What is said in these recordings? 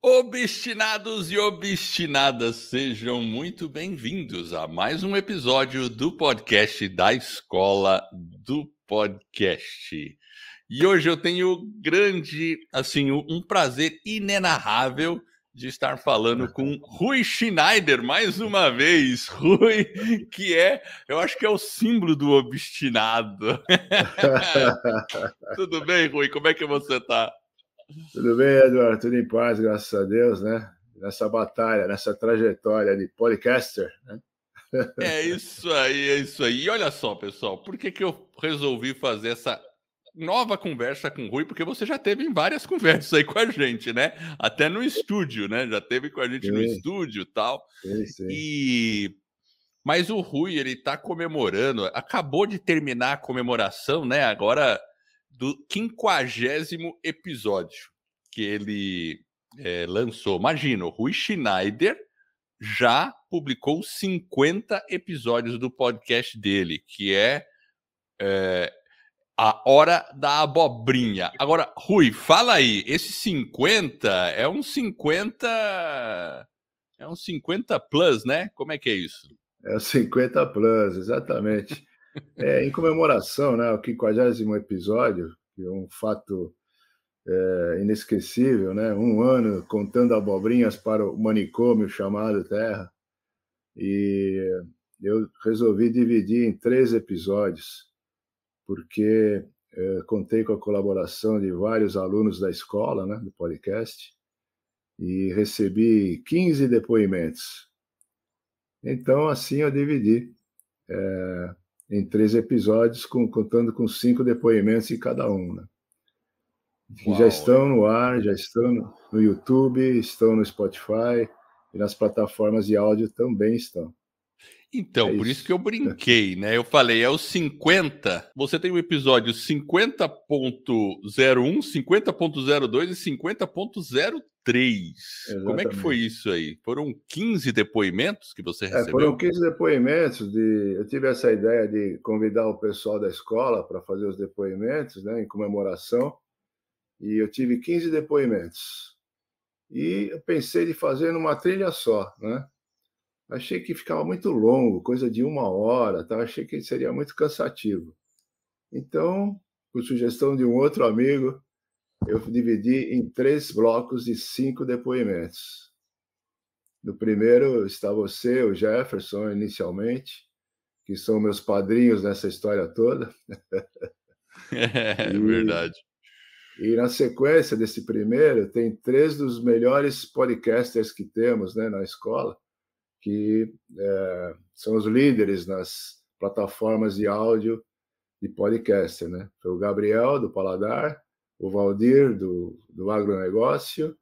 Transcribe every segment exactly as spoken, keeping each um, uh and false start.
Obstinados e obstinadas, sejam muito bem-vindos a mais um episódio do podcast da Escola do Podcast. E hoje eu tenho grande, assim, um prazer inenarrável de estar falando com Rui Schneider mais uma vez. Rui, que é, eu acho que é o símbolo do obstinado. Tudo bem, Rui? Como é que você tá? Tudo bem, Eduardo? Tudo em paz, graças a Deus, né? Nessa batalha, nessa trajetória de podcaster, né? É isso aí, é isso aí. E olha só, pessoal, por que, que eu resolvi fazer essa nova conversa com o Rui? Porque você já teve em várias conversas aí com a gente, né? Até no estúdio, né? Já teve com a gente no Sim, estúdio e tal. sim, sim. E... Mas o Rui, ele tá comemorando, acabou de terminar a comemoração, né? Agora, do quinquagésimo episódio que ele é, lançou. Imagina, o Rui Schneider já publicou cinquenta episódios do podcast dele, que é, é A Hora da Abobrinha. Agora, Rui, fala aí, esse cinquenta é um cinquenta... É um cinquenta plus, né? Como é que é isso? É o cinquenta plus, exatamente. É, em comemoração, né, ao quinquagésimo episódio, que é um fato é, inesquecível, né? Um ano contando abobrinhas para o manicômio chamado Terra. E eu resolvi dividir em três episódios, porque eh, contei com a colaboração de vários alunos da escola, né, do podcast, e recebi quinze depoimentos. Então, assim, eu dividi é, em três episódios, com, contando com cinco depoimentos em cada um, né? Que já Uau! estão no ar, já estão no, no YouTube, estão no Spotify e nas plataformas de áudio também estão. Então, É por isso que isso. eu brinquei, né? Eu falei, é o cinquenta. Você tem o episódio cinquenta ponto zero um, cinquenta ponto zero dois e cinquenta ponto zero três. Como é que foi Exatamente. isso aí? Foram quinze depoimentos que você É, foram recebeu? quinze depoimentos. De, eu tive essa ideia de convidar o pessoal da escola para fazer os depoimentos, né, em comemoração, e eu tive quinze depoimentos. E eu pensei de fazer numa trilha só, né? Achei que ficava muito longo, coisa de uma hora, tá? Achei que seria muito cansativo. Então, por sugestão de um outro amigo, eu dividi em três blocos de cinco depoimentos. No primeiro está você, o Jefferson, inicialmente, que são meus padrinhos nessa história toda. É E, verdade. e na sequência desse primeiro, tem três dos melhores podcasters que temos, né, na escola, que é, são os líderes nas plataformas de áudio de podcaster, né? Foi o Gabriel, do Paladar, o Valdir, do, do Agronegócio,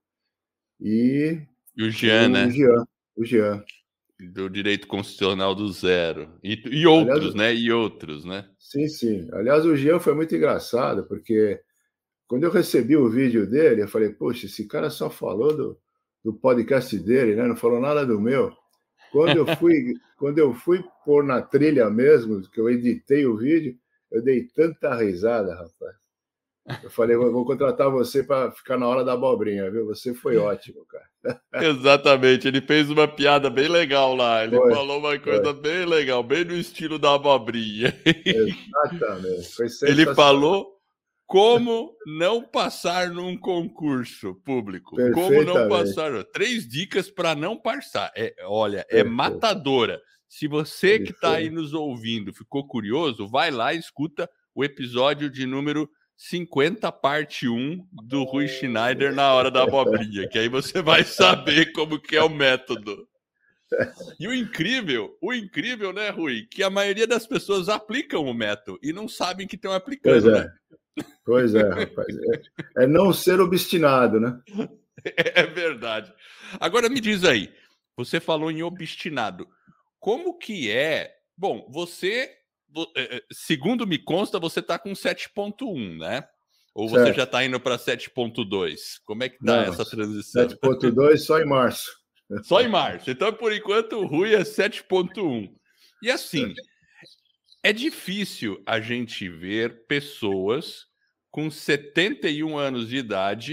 e E o Jean, o né? Jean, o Jean. Do direito constitucional do zero. E, e Aliás, outros, né? E outros, né? sim, sim. Aliás, o Jean foi muito engraçado, porque quando eu recebi o vídeo dele, eu falei, poxa, esse cara só falou do, do podcast dele, né? Não falou nada do meu. Quando eu fui, quando eu fui pôr na trilha mesmo, que eu editei o vídeo, eu dei tanta risada, rapaz. Eu falei, vou contratar você para ficar na hora da abobrinha, viu? Você foi ótimo, cara. Exatamente, ele fez uma piada bem legal lá. Ele Foi, falou uma foi. coisa bem legal, bem no estilo da abobrinha. Exatamente. Foi Ele sensacional. falou como não passar num concurso público. Como não Perfeitamente. passar. Três dicas para não passar. É, olha, é Perfeito. matadora. Se você Ele que está aí foi. nos ouvindo ficou curioso, vai lá e escuta o episódio de número cinquenta, parte um, do Rui Schneider na hora da abobrinha, que aí você vai saber como que é o método. E o incrível, o incrível, né, Rui, que a maioria das pessoas aplicam o método e não sabem que estão Pois aplicando, é, né? pois é, rapaz. É, é não ser obstinado, né? É verdade. Agora me diz aí, você falou em obstinado. Como que é? Bom, você, segundo me consta, você está com sete ponto um, né? Ou você já Certo. está indo para sete ponto dois? Como é que tá Não, essa transição? sete ponto dois só em março. Só em março. Então, por enquanto, o Rui é sete ponto um. E assim, é difícil a gente ver pessoas com setenta e um anos de idade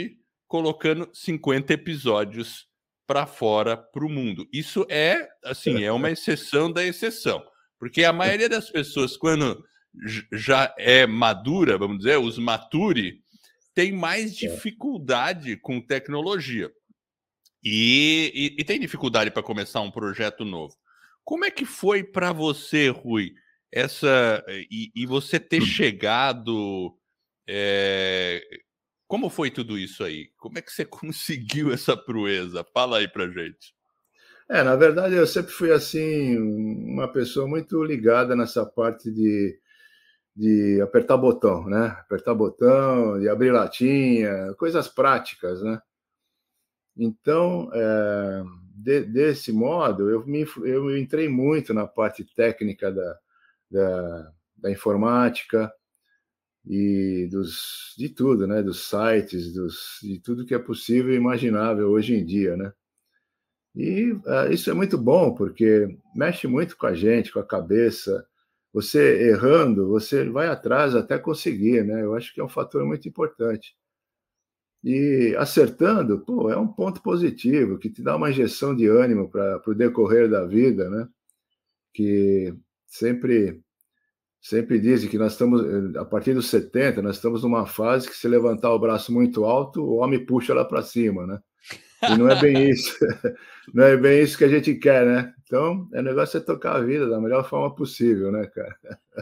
colocando cinquenta episódios para fora para o mundo. Isso é, assim, é uma exceção da exceção, porque a maioria das pessoas, quando já é madura, vamos dizer, os maturi, tem mais dificuldade com tecnologia e, e, e tem dificuldade para começar um projeto novo. Como é que foi para você, Rui, essa e, e você ter chegado? É, como foi tudo isso aí? Como é que você conseguiu essa proeza? Fala aí pra gente. É, na verdade, eu sempre fui assim, uma pessoa muito ligada nessa parte de, de apertar botão, né? Apertar botão, de abrir latinha, coisas práticas, né? Então, é, de, desse modo, eu, me, eu entrei muito na parte técnica da, da, da informática e dos, de tudo, né? Dos sites, dos, de tudo que é possível e imaginável hoje em dia, né? E uh, isso é muito bom, porque mexe muito com a gente, com a cabeça. Você errando, você vai atrás até conseguir, né? Eu acho que é um fator muito importante. E acertando, pô, é um ponto positivo, que te dá uma injeção de ânimo para o decorrer da vida, né? Que sempre, sempre dizem que nós estamos, a partir dos setenta, nós estamos numa fase que se levantar o braço muito alto, o homem puxa lá para cima, né? E não é bem isso. Não é bem isso que a gente quer, né? Então, o negócio é tocar a vida da melhor forma possível, né, cara?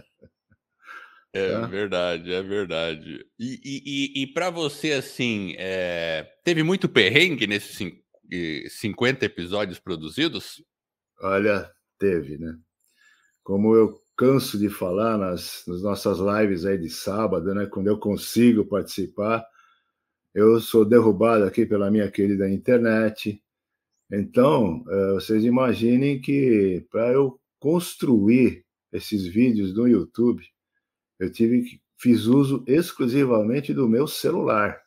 É Tá? verdade, é verdade. E, e, e, e para você, assim, é, teve muito perrengue nesses cin- eh, cinquenta episódios produzidos? Olha, teve, né? Como eu canso de falar nas, nas nossas lives aí de sábado, né? Quando eu consigo participar, eu sou derrubado aqui pela minha querida internet. Então, eh, vocês imaginem que para eu construir esses vídeos no YouTube, eu tive que fiz uso exclusivamente do meu celular.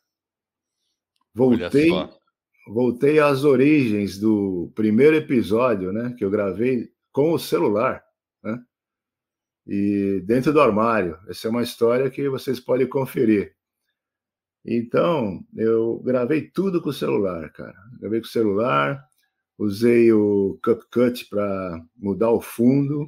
Olha Voltei, só. voltei às origens do primeiro episódio, né, que eu gravei com o celular, né? E dentro do armário. Essa é uma história que vocês podem conferir. Então, eu gravei tudo com o celular, cara. Gravei com o celular, usei o CapCut para mudar o fundo,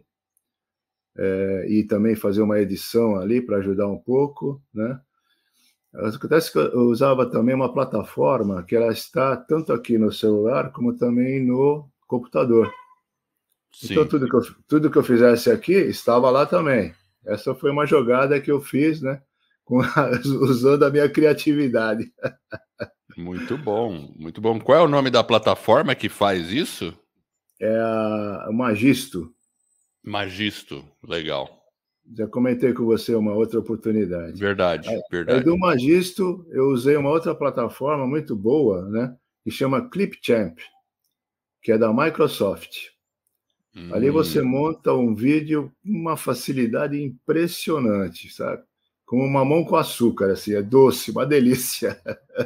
é, e também fazer uma edição ali para ajudar um pouco, né? Acontece que eu usava também uma plataforma que ela está tanto aqui no celular como também no computador. Então, Sim. tudo que eu, tudo que eu fizesse aqui estava lá também. Essa foi uma jogada que eu fiz, né? Com a, usando a minha criatividade. Muito bom, muito bom. Qual é o nome da plataforma que faz isso? É a, a Magisto. Magisto. Legal. Já comentei com você uma outra oportunidade. Verdade, Aí verdade. do Magisto, eu usei uma outra plataforma muito boa, né? Que chama Clipchamp, que é da Microsoft. Ali você Hum. monta um vídeo com uma facilidade impressionante, sabe? Com uma mão com açúcar, assim, é doce, uma delícia.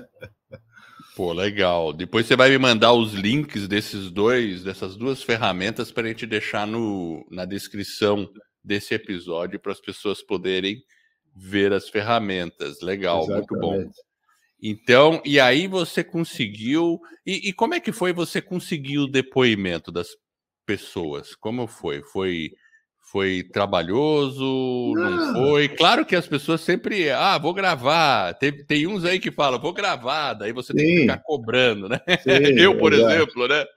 Pô, legal. Depois você vai me mandar os links desses dois, dessas duas ferramentas para a gente deixar no, na descrição desse episódio para as pessoas poderem ver as ferramentas. Legal, muito bom. Exatamente. Então, e aí você conseguiu. E, e como é que foi você conseguir o depoimento das pessoas? Como foi? Foi foi trabalhoso? Não Não, foi? Claro que as pessoas sempre, ah, vou gravar. Tem, tem uns aí que falam, vou gravar, daí você tem que ficar sim, cobrando, né? sim, Eu, por exato. exemplo, né?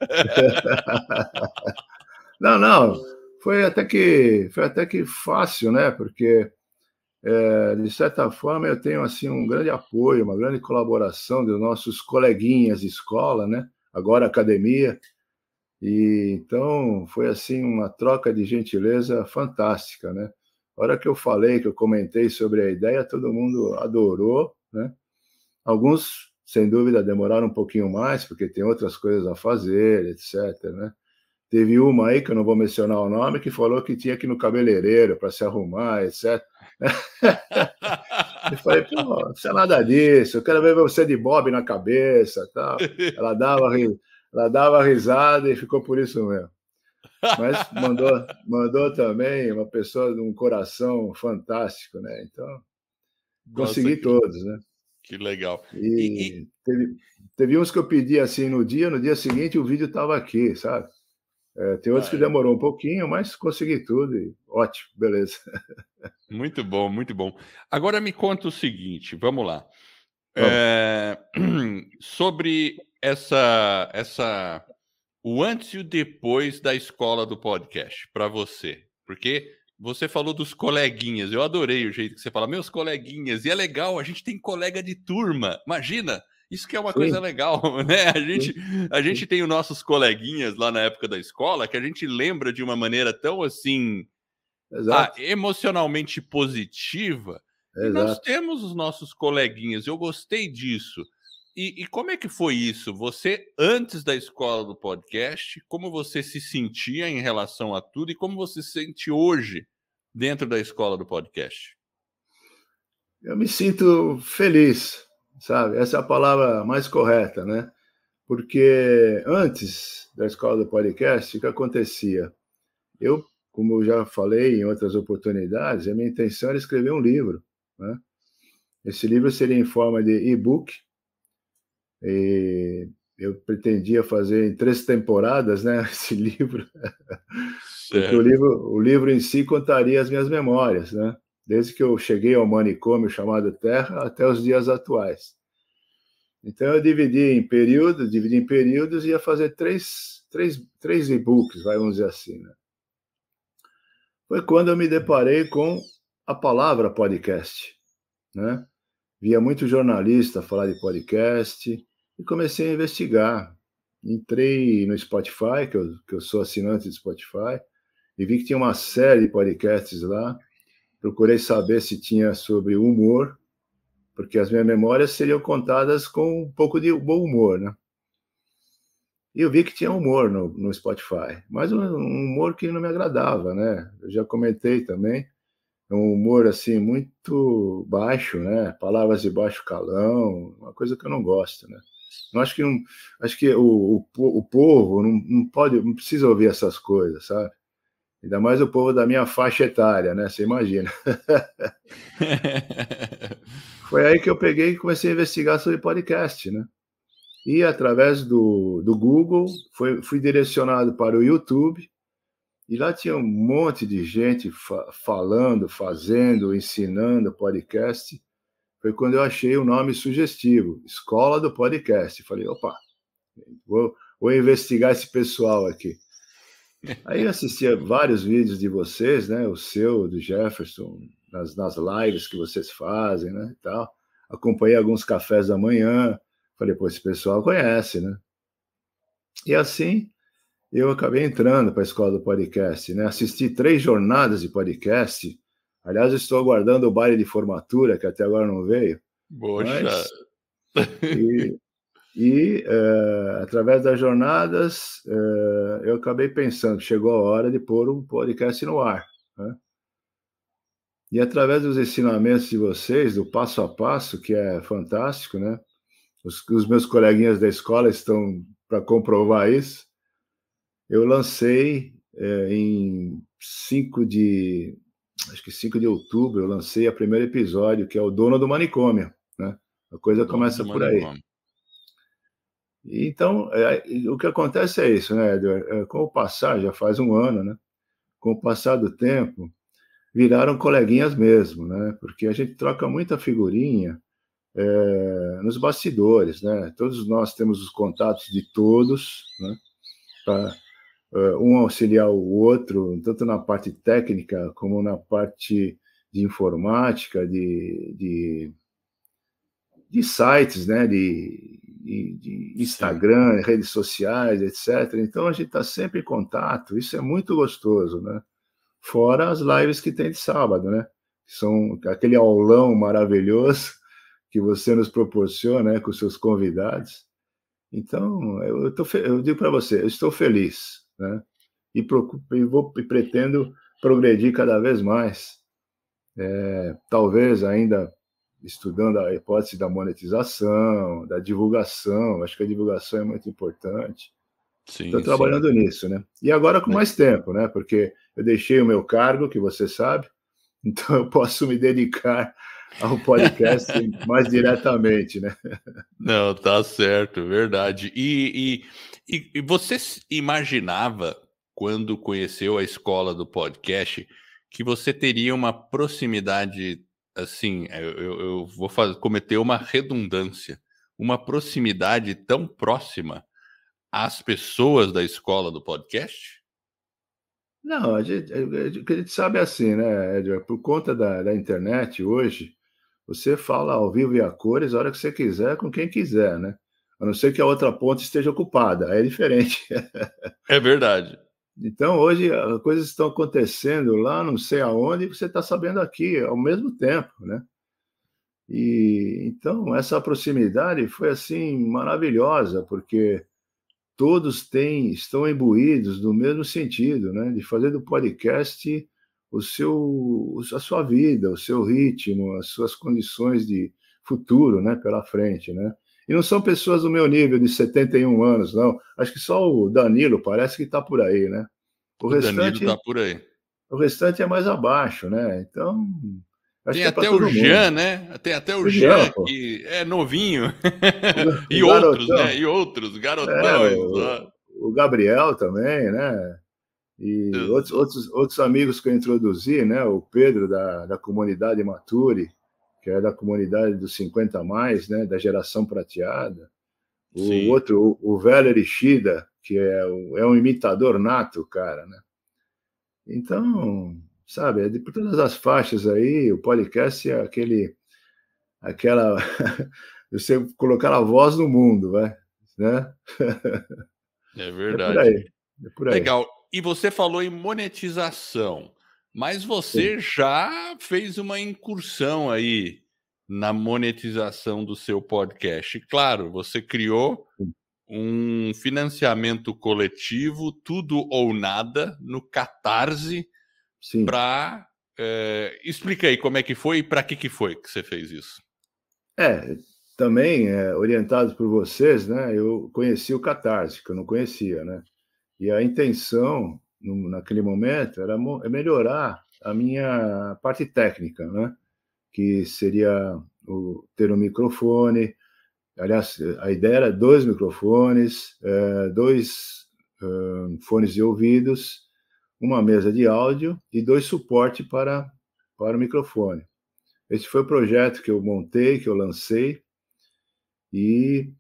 Não, não, foi até que foi até que fácil, né? Porque é, de certa forma eu tenho assim um grande apoio, uma grande colaboração dos nossos coleguinhas de escola, né? Agora academia. E então foi assim uma troca de gentileza fantástica, né? A hora que eu falei, que eu comentei sobre a ideia, todo mundo adorou, né? Alguns, sem dúvida, demoraram um pouquinho mais, porque tem outras coisas a fazer, etcétera, né? Teve uma aí, que eu não vou mencionar o nome, que falou que tinha que ir no cabeleireiro para se arrumar, etcétera. Eu falei, pô, não precisa nada disso, eu quero ver você de bob na cabeça, tal. Ela dava, ela dava risada e ficou por isso mesmo. Mas mandou, mandou também uma pessoa de um coração fantástico, né? Então, Nossa, consegui que todos, né? Que legal. E, e... E teve, teve uns que eu pedi assim no dia, no dia seguinte o vídeo estava aqui, sabe? É, tem outros Ah, que é. demorou um pouquinho, mas consegui tudo e ótimo, beleza. Muito bom, muito bom. Agora me conta o seguinte, vamos lá. Vamos. É, sobre essa, essa, o antes e o depois da escola do podcast para você, porque você falou dos coleguinhas. Eu adorei o jeito que você fala, meus coleguinhas. E é legal, a gente tem colega de turma. Imagina, isso que é uma coisa Sim, legal, né? A gente, sim, a gente sim. tem os nossos coleguinhas lá na época da escola que a gente lembra de uma maneira tão assim. Ah, Exato, emocionalmente positiva, e nós exato. temos os nossos coleguinhas, eu gostei disso. E, e como é que foi isso? Você, antes da escola do podcast, como você se sentia em relação a tudo e como você se sente hoje dentro da escola do podcast? Eu me sinto feliz, sabe? Essa é a palavra mais correta, né? Porque antes da escola do podcast, o que acontecia? Eu, como eu já falei em outras oportunidades, a minha intenção era escrever um livro, né? Esse livro seria em forma de e-book, e eu pretendia fazer em três temporadas, né, esse livro, porque o Certo. livro, o livro em si contaria as minhas memórias, né? Desde que eu cheguei ao manicômio chamado Terra até os dias atuais. Então eu dividi em períodos, dividi em períodos e ia fazer três, três, três e-books, vai, vamos dizer assim, né? Foi quando eu me deparei com a palavra podcast, né? Via muito jornalista falar de podcast e comecei a investigar. Entrei no Spotify, que eu, que eu sou assinante do Spotify, e vi que tinha uma série de podcasts lá. Procurei saber se tinha sobre humor, porque as minhas memórias seriam contadas com um pouco de bom humor, né? E eu vi que tinha humor no, no Spotify, mas um, um humor que não me agradava, né? Eu já comentei também, é um humor assim muito baixo, né? Palavras de baixo calão, uma coisa que eu não gosto, né? Eu acho que não, acho que o, o, o povo não, não pode, não precisa ouvir essas coisas, sabe? Ainda mais o povo da minha faixa etária, né? Você imagina. Foi aí que eu peguei e comecei a investigar sobre podcast, né? E através do, do Google, foi, fui direcionado para o YouTube, e lá tinha um monte de gente fa falando, fazendo, ensinando podcast. Foi quando eu achei o nome sugestivo, Escola do Podcast. Falei, opa, vou, vou investigar esse pessoal aqui. Aí eu assistia vários vídeos de vocês, né? O seu, do Jefferson, nas, nas lives que vocês fazem, né? E tal. Acompanhei alguns cafés da manhã. Falei, pô, esse pessoal conhece, né? E assim eu acabei entrando para a escola do podcast, né? Assisti três jornadas de podcast. Aliás, eu estou aguardando o baile de formatura, que até agora não veio. Poxa. Mas e, e uh, através das jornadas, uh, eu acabei pensando, chegou a hora de pôr um podcast no ar, né? E através dos ensinamentos de vocês, do passo a passo, que é fantástico, né? Os, os meus coleguinhas da escola estão para comprovar isso. Eu lancei é, em cinco de, acho que cinco de outubro, eu lancei o primeiro episódio, que é o Dono do Manicômio, né? A coisa Dono começa do por aí. manicômio. Então, é, o que acontece é isso, né, Edward? É, com o passar, já faz um ano, né? Com o passar do tempo, viraram coleguinhas mesmo, né? Porque a gente troca muita figurinha é, nos bastidores, né? Todos nós temos os contatos de todos, né? Pra, um auxiliar o outro, tanto na parte técnica como na parte de informática, de, de, de sites, né? de, de, de Sim. Instagram, redes sociais, etcétera. Então a gente está sempre em contato, isso é muito gostoso, né? Fora as lives que tem de sábado, né? Que são aquele aulão maravilhoso que você nos proporciona, né, com seus convidados. Então, eu, eu, tô, eu digo para você, eu estou feliz, né? E, procuro, e, vou, e pretendo progredir cada vez mais. É, talvez ainda estudando a hipótese da monetização, da divulgação. Acho que a divulgação é muito importante. Estou Sim, sim. trabalhando nisso, né? E agora com mais tempo, né? Porque eu deixei o meu cargo, que você sabe, então eu posso me dedicar ao podcast mais diretamente, né? Não, tá certo, verdade. E, e, e, e você imaginava, quando conheceu a escola do podcast, que você teria uma proximidade, assim, eu, eu, eu vou fazer, cometer uma redundância, uma proximidade tão próxima às pessoas da escola do podcast? Não, a gente, o que a gente sabe é assim, né, Edgar? Por conta da, da internet hoje, você fala ao vivo e a cores a hora que você quiser, com quem quiser, né? A não ser que a outra ponta esteja ocupada, aí é diferente. É verdade. Então, hoje, as coisas estão acontecendo lá, não sei aonde, e você está sabendo aqui ao mesmo tempo, né? E então, essa proximidade foi assim maravilhosa, porque todos têm, estão imbuídos do mesmo sentido, né? De fazer do podcast o seu, a sua vida, o seu ritmo, as suas condições de futuro, né? Pela frente, né? E não são pessoas do meu nível de setenta e um anos, não. Acho que só o Danilo parece que está por aí, né? O O Danilo tá restante, por aí. o restante é mais abaixo, né? Então, acho Tem que é para até o todo mundo. Jean, né? Tem até o O Jean, Jean, pô, que é novinho. o, E o outros, né? garotão, E outros, é, garotões. Ó. o, o Gabriel também, né? E outros, Exato. outros, outros amigos que eu introduzi, né? O Pedro, da, da comunidade Mature, que é da comunidade dos cinquenta a mais, né? Da geração prateada. O Sim. outro, o, o Velho Ishida, que é, o, é um imitador nato, cara, né? Então, sabe, é de por todas as faixas aí, o podcast é aquele, aquela, você colocar a voz no mundo, vai, né? É É por verdade. aí, é por aí. Legal. E você falou em monetização, mas Sim, você já fez uma incursão aí na monetização do seu podcast. Claro, você criou sim. um financiamento coletivo, tudo ou nada, no Catarse, Sim. para. Explica aí como é que foi e para que, que foi que você fez isso. É, também, é, orientados por vocês, né, eu conheci o Catarse, que eu não conhecia, né? E a intenção, no, naquele momento, era mo- é melhorar a minha parte técnica, né? Que seria o, ter um microfone. Aliás, a ideia era dois microfones, é, dois uh, fones de ouvidos, uma mesa de áudio e dois suportes para, para o microfone. Esse foi o projeto que eu montei, que eu lancei, e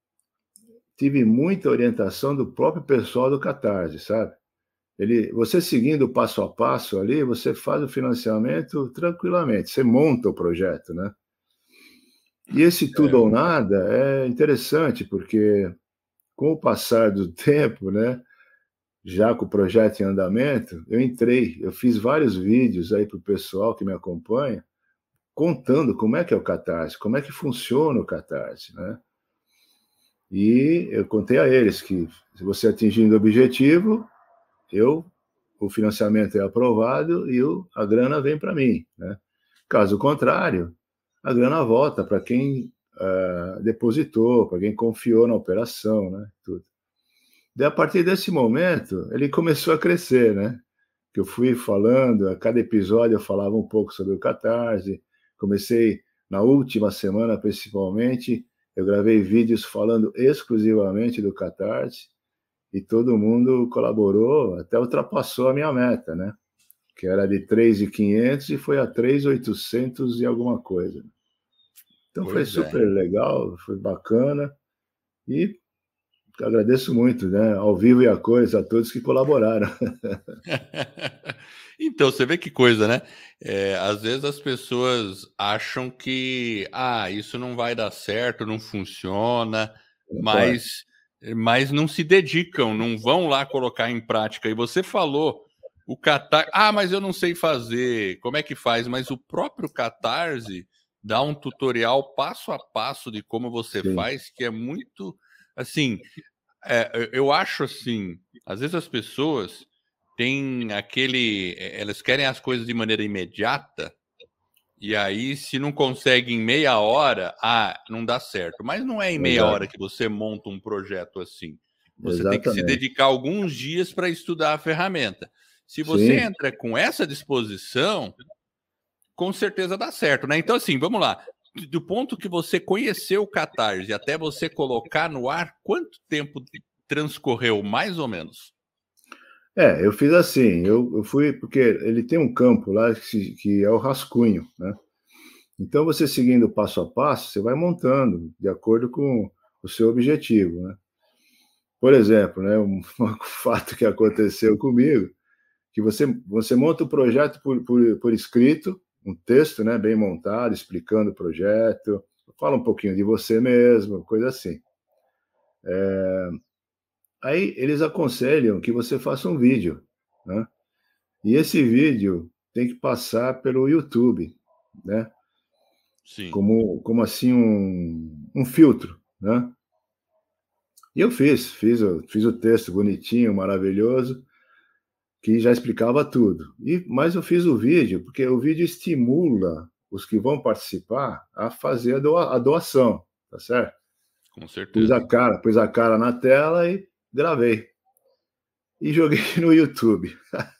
tive muita orientação do próprio pessoal do Catarse, sabe? Ele, você seguindo o passo a passo ali, você faz o financiamento tranquilamente, você monta o projeto, né? E esse tudo É, ou nada é interessante, porque com o passar do tempo, né, já com o projeto em andamento, eu entrei, eu fiz vários vídeos aí para o pessoal que me acompanha, contando como é que é o Catarse, como é que funciona o Catarse, né? E eu contei a eles que, se você atingindo o objetivo, eu, o financiamento é aprovado e o, a grana vem para mim, né? Caso contrário, a grana volta para quem uh, depositou, para quem confiou na operação, né? Tudo. Daí, a partir desse momento, ele começou a crescer, né? Que eu fui falando, a cada episódio eu falava um pouco sobre o Catarse. Comecei na última semana, principalmente, eu gravei vídeos falando exclusivamente do Catarse e todo mundo colaborou, até ultrapassou a minha meta, né? Que era de três mil e quinhentos e foi a três mil e oitocentos e alguma coisa. Então foi pois é. super legal, foi bacana e agradeço muito, né? Ao vivo e a cores, a todos que colaboraram. Então, você vê que coisa, né? É, às vezes as pessoas acham que ah, isso não vai dar certo, não funciona, Concordo. mas, mas não se dedicam, não vão lá colocar em prática. E você falou, o Catarse. Ah, mas eu não sei fazer. Como é que faz? Mas o próprio Catarse dá um tutorial passo a passo de como você Sim, faz, que é muito assim. É, eu acho assim, às vezes as pessoas têm aquele, eh, elas querem as coisas de maneira imediata, e aí se não consegue em meia hora, ah, não dá certo. Mas não é em meia hora exato, que você monta um projeto assim. Você tem que se exatamente. dedicar alguns dias para estudar a ferramenta. Se você Sim, entra com essa disposição, com certeza dá certo, né? Então, assim, vamos lá. Do ponto que você conheceu o Catarse até você colocar no ar, quanto tempo transcorreu, mais ou menos? É, eu fiz assim, eu, eu fui, porque ele tem um campo lá que, que é o rascunho, né? Então, você seguindo passo a passo, você vai montando de acordo com o seu objetivo, né? Por exemplo, né, um, um fato que aconteceu comigo, que você, você monta o projeto por, por, por escrito, um texto, né, bem montado, explicando o projeto, fala um pouquinho de você mesmo, coisa assim. É, aí eles aconselham que você faça um vídeo, né? E esse vídeo tem que passar pelo YouTube, né? Sim. Como, como assim um, um filtro, né? E eu fiz, fiz, fiz o texto bonitinho, maravilhoso, que já explicava tudo. E, mas eu fiz o vídeo, porque o vídeo estimula os que vão participar a fazer a, doa, a doação, tá certo? Com Pus a certeza. cara, pus a cara na tela e gravei. E joguei no YouTube.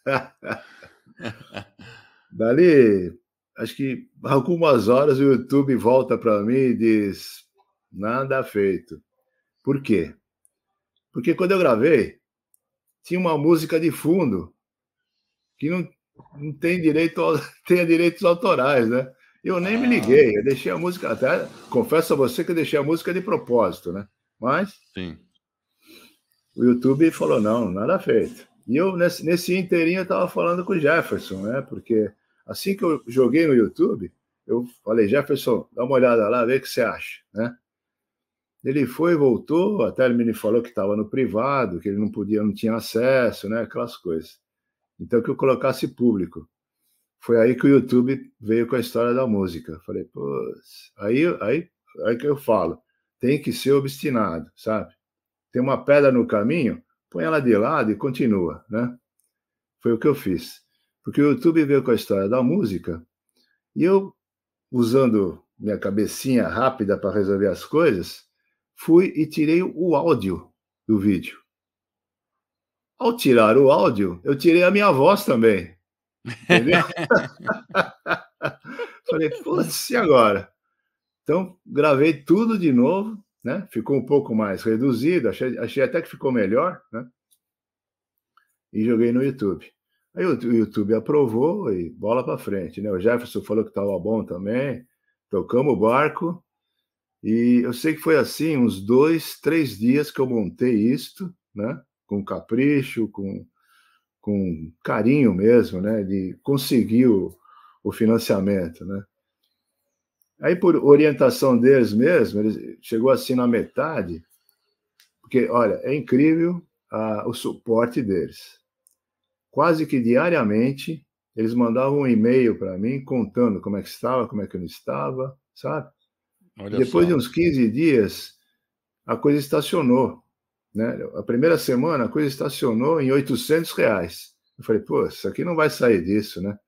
Dali, acho que algumas horas o YouTube volta para mim e diz: nada feito. Por quê? Porque quando eu gravei, tinha uma música de fundo que não, não tem direito ao, tem direitos autorais, né? Eu nem me Ah, liguei, eu deixei a música, até confesso a você que eu deixei a música de propósito, né? Mas sim. o YouTube falou: não, nada feito. E eu, nesse, nesse inteirinho, eu estava falando com o Jefferson, né? Porque assim que eu joguei no YouTube, eu falei: Jefferson, dá uma olhada lá, vê o que você acha, né? Ele foi, voltou, até ele me falou que estava no privado, que ele não podia, não tinha acesso, né? Aquelas coisas. Então, que eu colocasse público. Foi aí que o YouTube veio com a história da música. Falei, pô, aí, aí, aí que eu falo, tem que ser obstinado, sabe? Tem uma pedra no caminho, põe ela de lado e continua, né? Foi o que eu fiz. Porque o YouTube veio com a história da música e eu, usando minha cabecinha rápida para resolver as coisas, fui e tirei o áudio do vídeo. Ao tirar o áudio, eu tirei a minha voz também, entendeu? Falei, putz, e agora? Então, gravei tudo de novo, né? Ficou um pouco mais reduzido, achei, achei até que ficou melhor, né? E joguei no YouTube. Aí o YouTube aprovou e bola para frente, né? O Jefferson falou que estava bom também, tocamos o barco. E eu sei que foi assim, uns dois, três dias que eu montei isto, né? Com capricho, com, com carinho mesmo, né? De conseguir o, o financiamento, né? Aí, por orientação deles mesmo, ele chegou assim na metade, porque, olha, é incrível ah, o suporte deles. Quase que diariamente, eles mandavam um e-mail para mim contando como é que estava, como é que eu não estava, sabe? E Olha depois de só. uns quinze dias, a coisa estacionou, né? A primeira semana, a coisa estacionou em oitocentos reais. Eu falei, pô, isso aqui não vai sair disso, né?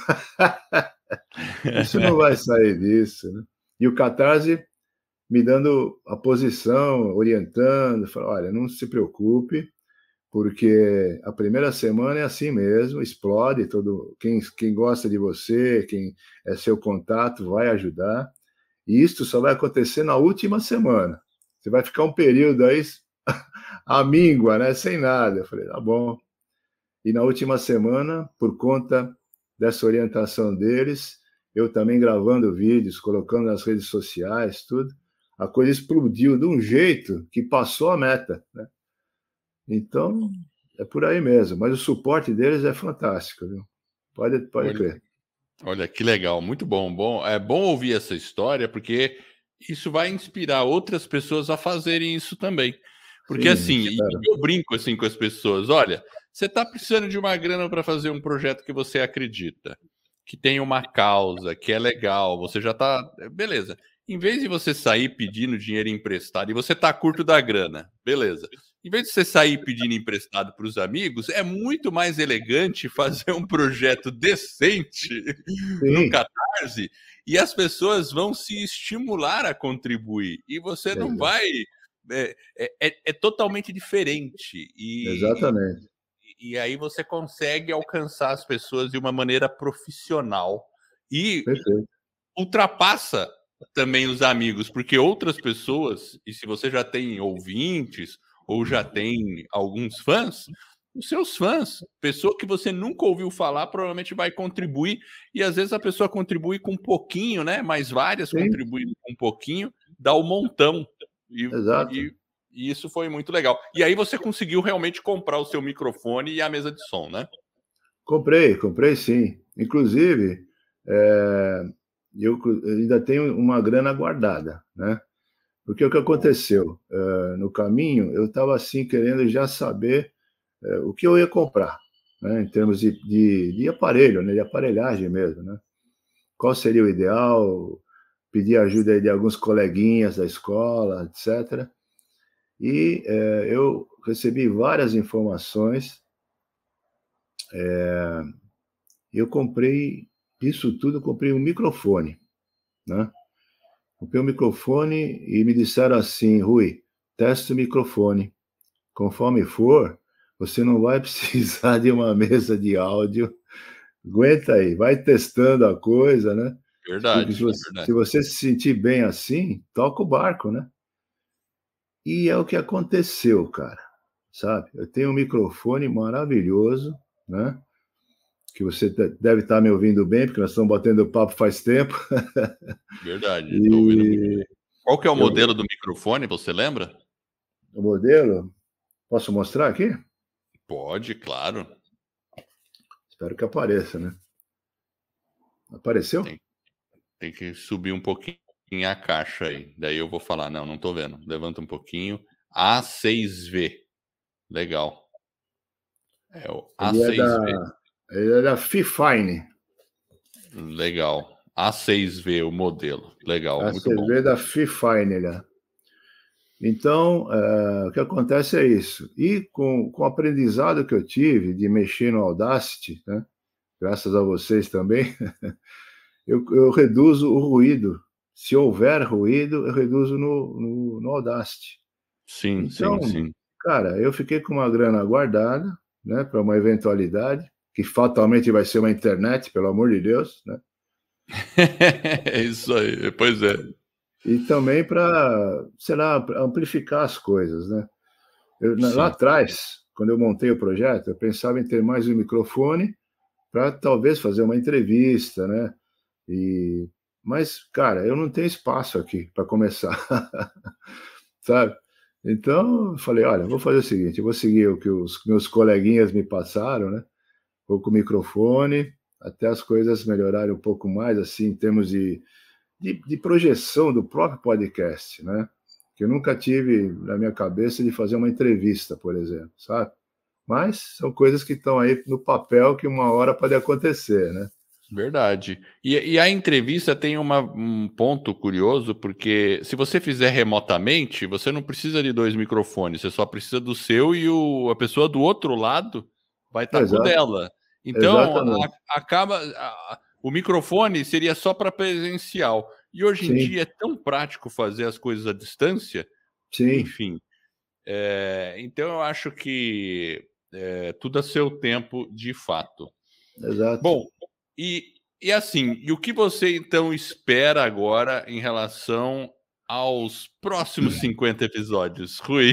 Isso não vai sair disso, né? E o Catarse me dando a posição, orientando, falando, olha, não se preocupe, porque a primeira semana é assim mesmo, explode, todo quem, quem gosta de você, quem é seu contato, vai ajudar, e isso só vai acontecer na última semana. Você vai ficar um período aí à míngua, né, sem nada. Eu falei, tá bom. E na última semana, por conta dessa orientação deles, eu também gravando vídeos, colocando nas redes sociais, tudo, a coisa explodiu de um jeito que passou a meta, né? Então, é por aí mesmo. Mas o suporte deles é fantástico, viu? Pode, pode Olha, crer. olha que legal, muito bom. Bom, é bom ouvir essa história porque isso vai inspirar outras pessoas a fazerem isso também. Porque Sim, assim, e espero. eu brinco assim com as pessoas, olha, você está precisando de uma grana para fazer um projeto que você acredita, que tem uma causa, que é legal, você já está, beleza. Em vez de você sair pedindo dinheiro emprestado e você tá curto da grana, beleza. Em vez de você sair pedindo emprestado para os amigos, é muito mais elegante fazer um projeto decente no Sim, Catarse e as pessoas vão se estimular a contribuir. E você não exa- vai. É, é, é- é totalmente diferente. E, exatamente. e aí você consegue alcançar as pessoas de uma maneira profissional E Perfeito. ultrapassa também os amigos, porque outras pessoas, e se você já tem ouvintes ou já tem alguns fãs, os seus fãs, pessoa que você nunca ouviu falar, provavelmente vai contribuir, e às vezes a pessoa contribui com um pouquinho, né? Mas várias Sim, contribuindo com um pouquinho, dá um montão. E, exato. e, e isso foi muito legal. E aí você conseguiu realmente comprar o seu microfone e a mesa de som, né? Comprei, comprei sim. Inclusive, é, eu cu- ainda tenho uma grana guardada, né? Porque o que aconteceu? Eh, no caminho, eu estava assim querendo já saber eh, o que eu ia comprar, né? Em termos de, de, de aparelho, né? De aparelhagem mesmo, né? Qual seria o ideal? Pedir ajuda aí de alguns coleguinhas da escola, etcétera. E eh, eu recebi várias informações. Eu comprei isso tudo, eu comprei um microfone, né? Comprei um microfone e me disseram assim, Rui, teste o microfone. Conforme for, você não vai precisar de uma mesa de áudio. Aguenta aí, vai testando a coisa, né? Porque se Verdade, você, verdade. se você se sentir bem assim, toca o barco, né? E é o que aconteceu, cara. Sabe? Eu tenho um microfone maravilhoso, né? Que você deve estar me ouvindo bem, porque nós estamos batendo papo faz tempo. Verdade, estou ouvindo muito E bem. Qual que é o eu, modelo do microfone, você lembra? o modelo, posso mostrar aqui? Pode, claro. Espero que apareça, né? Apareceu? Tem, tem que subir um pouquinho a caixa aí. Daí eu vou falar, não, não tô vendo. Levanta um pouquinho. A seis V. Legal. É o Ele é A seis V. da, ele é da Fifine. Legal. A seis V, o modelo. Legal, A muito bom. C V da Fifine, né? Então, uh, o que acontece é isso. E com, com o aprendizado que eu tive de mexer no Audacity, né? Graças a vocês também, eu, eu reduzo o ruído. Se houver ruído, eu reduzo no, no, no Audacity. Sim, Então, sim, sim. cara, eu fiquei com uma grana guardada, né, para uma eventualidade, que fatalmente vai ser uma internet, pelo amor de Deus, né? É isso aí, pois é. E também para, sei lá, amplificar as coisas, né? Eu, lá Sim. atrás, quando eu montei o projeto, eu pensava em ter mais um microfone para talvez fazer uma entrevista, né? E, mas, cara, eu não tenho espaço aqui para começar, sabe? Então, eu falei, olha, vou fazer o seguinte, eu vou seguir o que os meus coleguinhas me passaram, né? Vou com o microfone, até as coisas melhorarem um pouco mais, assim, em termos de, de, de projeção do próprio podcast, né? Que eu nunca tive na minha cabeça de fazer uma entrevista, por exemplo, sabe? Mas são coisas que estão aí no papel que uma hora pode acontecer, né? Verdade. E, e a entrevista tem uma, um ponto curioso, porque se você fizer remotamente, você não precisa de dois microfones, você só precisa do seu e o, a pessoa do outro lado vai estar com o Exato, dela. Então, a- exatamente. acaba. a- o microfone seria só para presencial. E hoje em Sim, dia é tão prático fazer as coisas à distância, sim, enfim. É, então, eu acho que é, tudo a seu tempo, de fato. exato. Bom, e, e assim, e o que você então espera agora em relação aos próximos cinquenta episódios, Rui?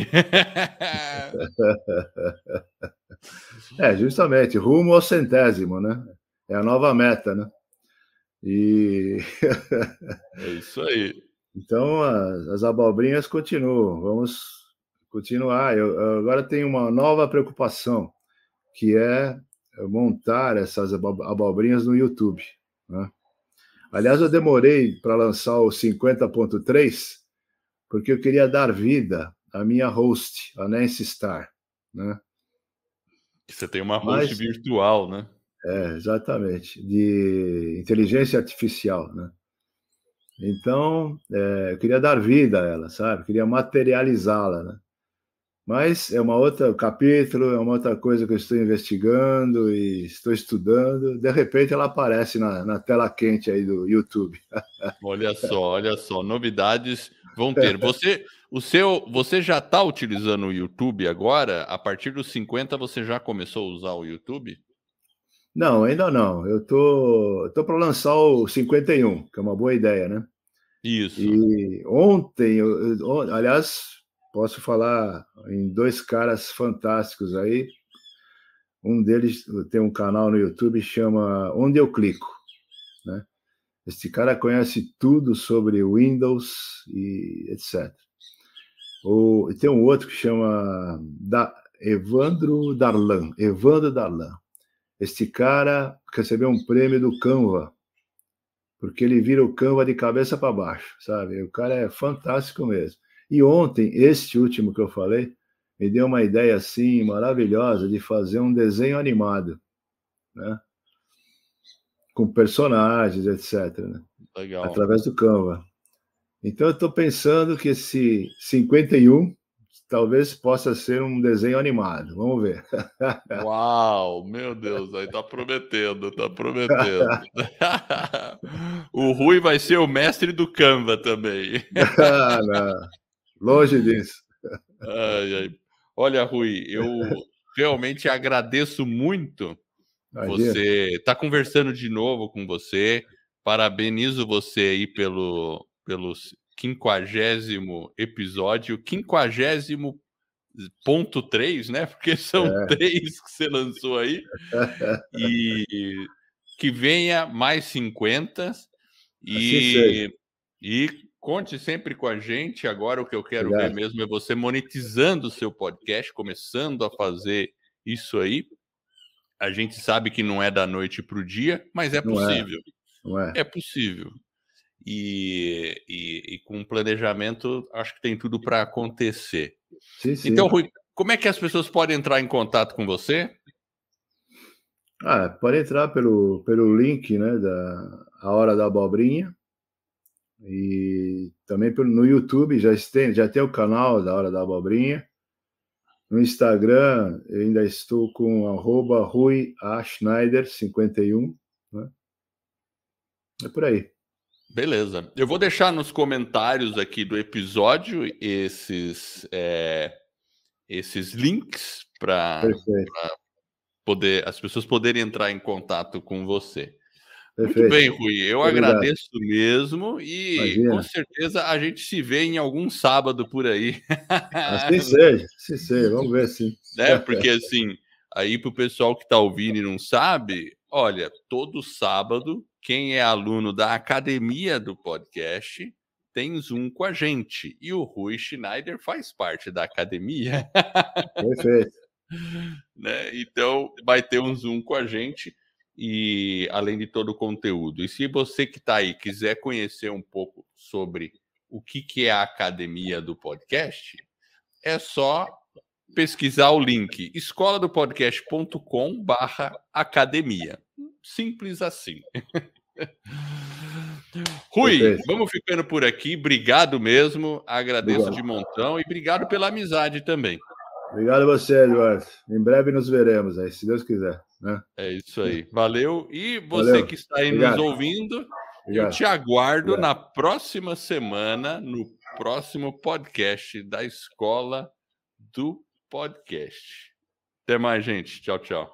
É, justamente, rumo ao centésimo, né? É a nova meta, né? E É isso aí. então as, as abobrinhas continuam. Vamos continuar. Eu, eu agora tenho uma nova preocupação, que é montar essas abo- abobrinhas no YouTube, né? Aliás, eu demorei para lançar o cinquenta ponto três porque eu queria dar vida à minha host, a Nancy Starr, né? Você tem uma host Mas, virtual, né? é, exatamente, de inteligência artificial, né? Então, é, eu queria dar vida a ela, sabe? Eu queria materializá-la, né? Mas é uma outra capítulo, é uma outra coisa que eu estou investigando e estou estudando. De repente, ela aparece na, na tela quente aí do YouTube. Olha só, olha só, novidades vão ter. Você, o seu, você já está utilizando o YouTube agora? A partir dos cinquenta você já começou a usar o YouTube? Não, ainda não. Eu tô, tô para lançar o cinquenta e um, que é uma boa ideia, né? Isso. E ontem, eu, eu, aliás, posso falar em dois caras fantásticos aí. Um deles tem um canal no YouTube que chama Onde Eu Clico, né? Esse cara conhece tudo sobre Windows e etcétera. O, e tem um outro que chama da, Evandro Darlan. Evandro Darlan. Este cara recebeu um prêmio do Canva, porque ele vira o Canva de cabeça para baixo, sabe? O cara é fantástico mesmo. E ontem, este último que eu falei, me deu uma ideia assim maravilhosa de fazer um desenho animado, né? Com personagens, etcétera, né? Legal. Através do Canva. Então eu estou pensando que esse cinquenta e um talvez possa ser um desenho animado. Vamos ver. Uau, meu Deus, aí tá prometendo, tá prometendo. O Rui vai ser o mestre do Canva também. Ah, não. Longe disso. Ai, ai. Olha, Rui, eu realmente agradeço muito Imagina. você estar tá conversando de novo com você. Parabenizo você aí pelo, pelo quinquagésimo episódio, quinquagésimo ponto três, né? Porque são É. três que você lançou aí. E que venha mais cinquenta Assim seja. e, e conte sempre com a gente. Agora o que eu quero ver Obrigado. mesmo é você monetizando o seu podcast, começando a fazer isso aí. A gente sabe que não é da noite para o dia, mas é Não é, possível. não é. É possível. E, e, e com planejamento, acho que tem tudo para acontecer. Sim, Então, sim. Rui, como é que as pessoas podem entrar em contato com você? Ah, pode entrar pelo, pelo link, né, da A Hora da Abobrinha, e também pelo, no YouTube já tem, já tem o canal da Hora da Abobrinha. No Instagram, eu ainda estou com arroba Rui A. Schneider cinquenta e um, né? É por aí. Beleza. Eu vou deixar nos comentários aqui do episódio esses, é, esses links para Perfeito, poder as pessoas poderem entrar em contato com você. Muito perfeito. bem, Rui. Eu Muito obrigado. agradeço mesmo e com Imagina. certeza a gente se vê em algum sábado por aí. Assim seja, assim seja. Vamos ver sim. Né? Porque assim, aí para o pessoal que está ouvindo e não sabe, olha, todo sábado, quem é aluno da academia do podcast tem Zoom com a gente. E o Rui Schneider faz parte da academia, Perfeito. né? Então vai ter um Zoom com a gente e além de todo o conteúdo. E se você que está aí quiser conhecer um pouco sobre o que, que é a academia do podcast, é só pesquisar o link escola do podcast ponto com barra academia. Simples assim. Rui, Perfeito. vamos ficando por aqui. Obrigado mesmo. Agradeço Obrigado. de montão e obrigado pela amizade também. Obrigado a você, Eduardo. Em breve nos veremos aí, se Deus quiser, né? É isso aí. Valeu. E você Valeu. que está aí nos Obrigado. ouvindo, eu Obrigado. te aguardo Obrigado. na próxima semana, no próximo podcast da Escola do Podcast. Até mais, gente. Tchau, tchau.